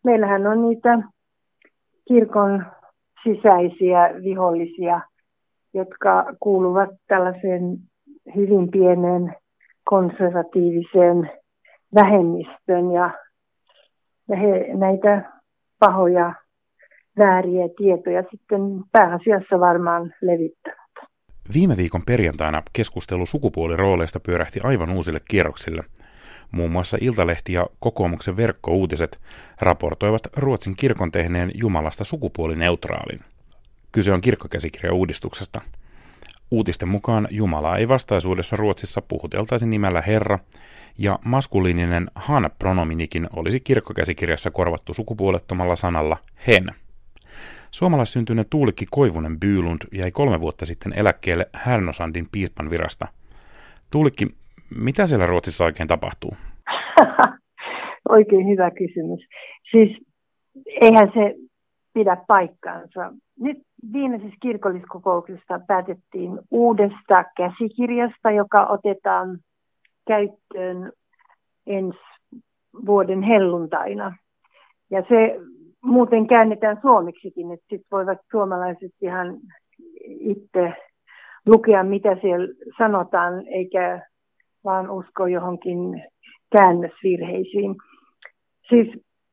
meillähän on niitä kirkon sisäisiä vihollisia, jotka kuuluvat tällaiseen hyvin pieneen konservatiiviseen vähemmistön ja he näitä pahoja vääriä tietoja sitten pääasiassa varmaan levittävät. Viime viikon perjantaina keskustelu sukupuolirooleista pyörähti aivan uusille kierroksille. Muun muassa Iltalehti ja kokoomuksen verkkouutiset raportoivat Ruotsin kirkon tehneen Jumalasta sukupuolineutraalin. Kyse on kirkkokäsikirjauudistuksesta. Uutisten mukaan Jumalaa ei vastaisuudessa Ruotsissa puhuteltaisi nimellä Herra, ja maskuliininen han-pronominikin olisi kirkkokäsikirjassa korvattu sukupuolettomalla sanalla hen. Suomalaissyntyinen Tuulikki Koivunen Bylund jäi 3 vuotta sitten eläkkeelle Härnösandin piispan virasta. Tuulikki, mitä siellä Ruotsissa oikein tapahtuu? Oikein hyvä kysymys. Siis eihän se pidä paikkaansa. Nyt viimeisessä kirkolliskokouksessa päätettiin uudesta käsikirjasta, joka otetaan käyttöön ensi vuoden helluntaina. Ja se muuten käännetään suomeksikin, että sitten voivat suomalaiset ihan itse lukea, mitä siellä sanotaan, eikä vaan usko johonkin käännösvirheisiin. Siis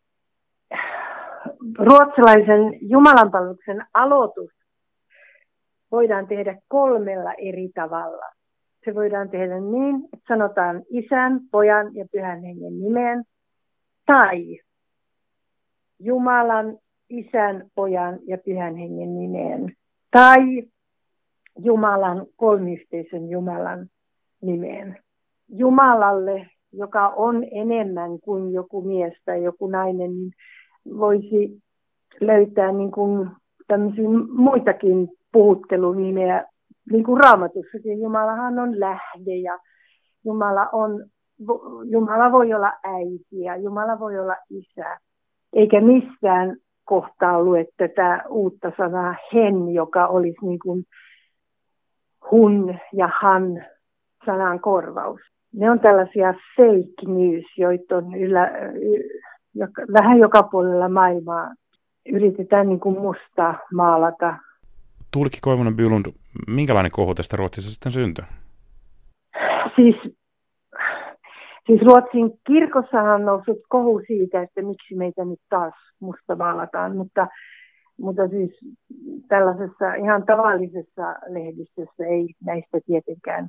ruotsalaisen jumalanpalveluksen aloitus voidaan tehdä 3 eri tavalla. Se voidaan tehdä niin, että sanotaan Isän, Pojan ja Pyhän Hengen nimeen, tai Jumalan, Isän, Pojan ja Pyhän Hengen nimeen, tai Jumalan, kolmiyhteisön Jumalan nimeen. Jumalalle, joka on enemmän kuin joku mies tai joku nainen, niin voisi löytää niin kuin tämmöisiä muitakin puhuttelunimeä. Niin kuin Raamatussakin, Jumalahan on lähde ja Jumala voi olla äiti ja Jumala voi olla isä. Eikä missään kohtaa lue tätä uutta sanaa hen, joka olisi niin kuin hun ja han sanan korvaus. Ne on tällaisia fake news, joita on vähän joka puolella maailmaa. Yritetään niin kuin mustaa maalata. Tuulikki Koivunen Bylund, minkälainen kohu tästä Ruotsissa sitten syntyi? Siis Ruotsin kirkossahan on noussut kohu siitä, että miksi meitä nyt taas musta maalataan, mutta siis tällaisessa ihan tavallisessa lehdistössä ei näistä tietenkään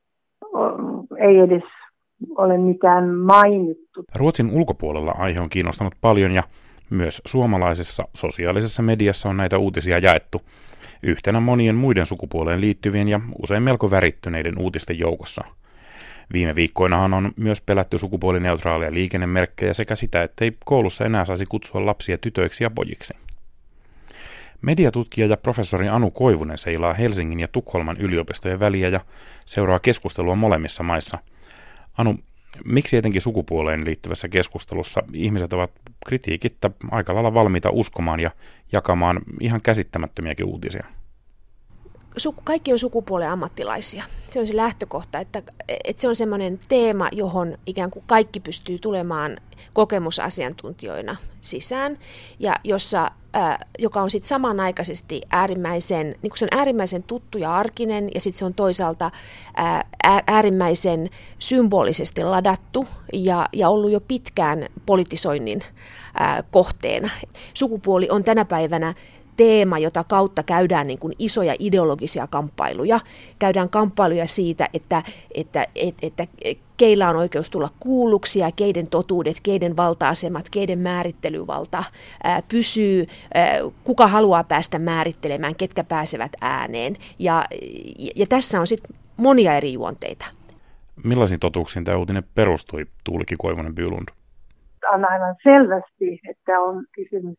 ei edes ole mitään mainittu. Ruotsin ulkopuolella aihe on kiinnostanut paljon ja myös suomalaisessa sosiaalisessa mediassa on näitä uutisia jaettu yhtenä monien muiden sukupuoleen liittyvien ja usein melko värittyneiden uutisten joukossa. Viime viikkoinahan on myös pelätty sukupuolineutraalia liikennemerkkejä sekä sitä, ettei koulussa enää saisi kutsua lapsia tytöiksi ja pojiksi. Mediatutkija ja professori Anu Koivunen seilaa Helsingin ja Tukholman yliopistojen väliä ja seuraa keskustelua molemmissa maissa. Anu, miksi etenkin sukupuoleen liittyvässä keskustelussa ihmiset ovat kritiikittä aika lailla valmiita uskomaan ja jakamaan ihan käsittämättömiäkin uutisia? Kaikki on sukupuolen ammattilaisia. Se on se lähtökohta, että se on semmoinen teema, johon ikään kuin kaikki pystyy tulemaan kokemusasiantuntijoina sisään, ja joka on sitten samanaikaisesti äärimmäisen tuttu ja arkinen, ja sitten se on toisaalta äärimmäisen symbolisesti ladattu ja ollut jo pitkään politisoinnin kohteena. Sukupuoli on tänä päivänä teema, jota kautta käydään niin kuin isoja ideologisia kamppailuja. Käydään kamppailuja siitä, että keillä on oikeus tulla kuulluksi ja keiden totuudet, keiden valta-asemat, keiden määrittelyvalta pysyy, kuka haluaa päästä määrittelemään, ketkä pääsevät ääneen. Ja tässä on sitten monia eri juonteita. Millaisiin totuuksiin tämä uutinen perustui, Tuulikki Koivunen Bylund? On aivan selvästi, että on kysymys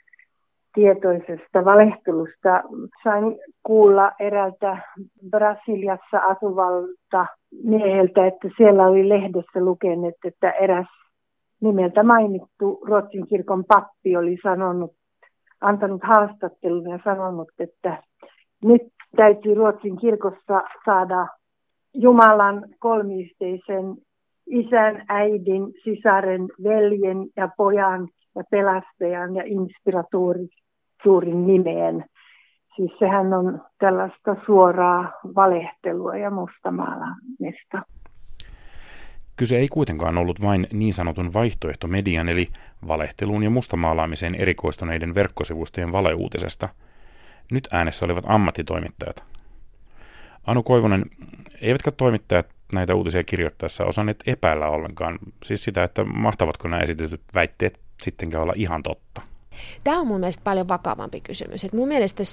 tietoisesta valehtelusta. Sain kuulla eräältä Brasiliassa asuvalta mieheltä, että siellä oli lehdessä lukenut, että eräs nimeltä mainittu Ruotsin kirkon pappi oli antanut haastattelun ja sanonut, että nyt täytyy Ruotsin kirkossa saada Jumalan kolmiyhteisen isän, äidin, sisaren, veljen ja pojan ja pelastajan ja inspiraattorin nimeen. Siis sehän on tällaista suoraa valehtelua ja mustamaalaamista. Kyse ei kuitenkaan ollut vain niin sanotun vaihtoehtomedian eli valehteluun ja mustamaalaamiseen erikoistuneiden verkkosivustojen valeuutisesta. Nyt äänessä olivat ammattitoimittajat. Anu Koivunen, eivätkä toimittajat näitä uutisia kirjoittaessa osanneet epäillä ollenkaan, siis sitä, että mahtavatko nämä esitetyt väitteet sittenkään olla ihan totta? Tämä on mun mielestä paljon vakavampi kysymys. Mun mielestä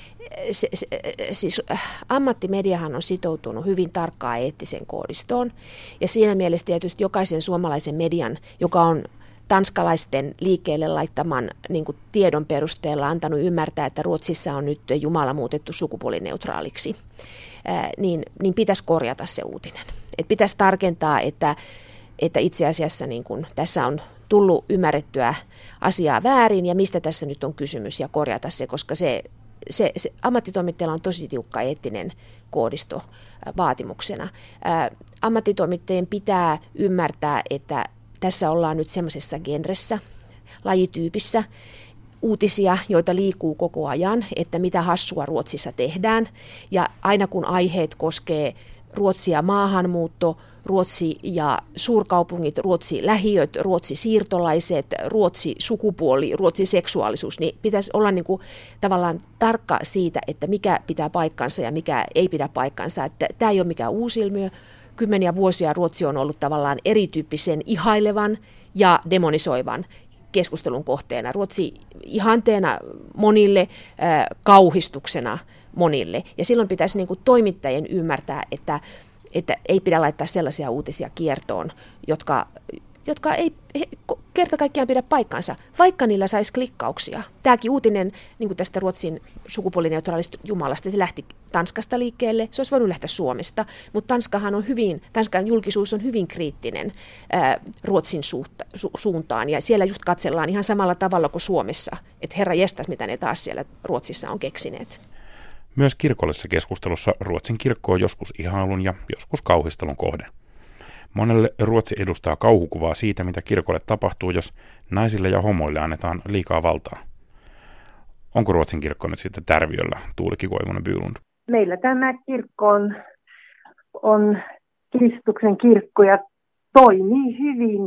siis ammattimediahan on sitoutunut hyvin tarkkaan eettiseen koodistoon. Ja siinä mielessä tietysti jokaisen suomalaisen median, joka on tanskalaisten liikkeelle laittaman niin kuin tiedon perusteella antanut ymmärtää, että Ruotsissa on nyt Jumala muutettu sukupuolineutraaliksi, niin pitäisi korjata se uutinen. Et pitäisi tarkentaa, että itse asiassa niin kuin tässä on tullut ymmärrettyä asiaa väärin ja mistä tässä nyt on kysymys ja korjata se, koska se ammattitoimittajalla on tosi tiukka eettinen koodisto vaatimuksena. Ammattitoimittajien pitää ymmärtää, että tässä ollaan nyt semmoisessa genressä, lajityypissä, uutisia, joita liikkuu koko ajan, että mitä hassua Ruotsissa tehdään. Ja aina kun aiheet koskee Ruotsia maahanmuutto, Ruotsi ja suurkaupungit, Ruotsi lähiöt, Ruotsi siirtolaiset, Ruotsi sukupuoli, Ruotsi seksuaalisuus, niin pitäisi olla niin kuin tavallaan tarkka siitä, että mikä pitää paikkansa ja mikä ei pidä paikkansa. Että tämä ei ole mikään uusi ilmiö. Kymmeniä vuosia Ruotsi on ollut tavallaan erityyppisen ihailevan ja demonisoivan keskustelun kohteena. Ruotsi ihanteena monille, kauhistuksena monille. Ja silloin pitäisi niin kuin toimittajien ymmärtää, että ei pidä laittaa sellaisia uutisia kiertoon, jotka ei kerta kaikkiaan pidä paikkansa, vaikka niillä saisi klikkauksia. Tämäkin uutinen niin kuin tästä Ruotsin sukupuolineutraalista Jumalasta, se lähti Tanskasta liikkeelle, se olisi voinut lähteä Suomesta, mutta Tanskan julkisuus on hyvin kriittinen Ruotsin suuntaan, ja siellä just katsellaan ihan samalla tavalla kuin Suomessa, että herra jestas, mitä ne taas siellä Ruotsissa on keksineet. Myös kirkollisessa keskustelussa Ruotsin kirkko on joskus ihailun ja joskus kauhistelun kohde. Monelle Ruotsi edustaa kauhukuvaa siitä, mitä kirkolle tapahtuu, jos naisille ja homoille annetaan liikaa valtaa. Onko Ruotsin kirkko nyt sitten tärviöllä, Tuulikki Koivunen Bylund? Meillä tämä kirkko on Kristuksen kirkko ja toimii hyvin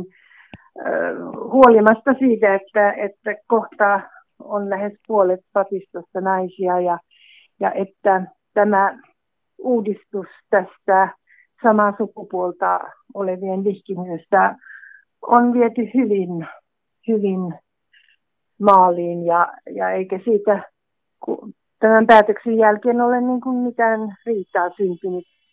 huolimatta siitä, että kohta on lähes puolet papistosta naisia ja että tämä uudistus tästä samaa sukupuolta olevien vihkimisestä on viety hyvin maaliin ja eikä siitä tämän päätöksen jälkeen ole niin kuin mitään riitaa syntynyt.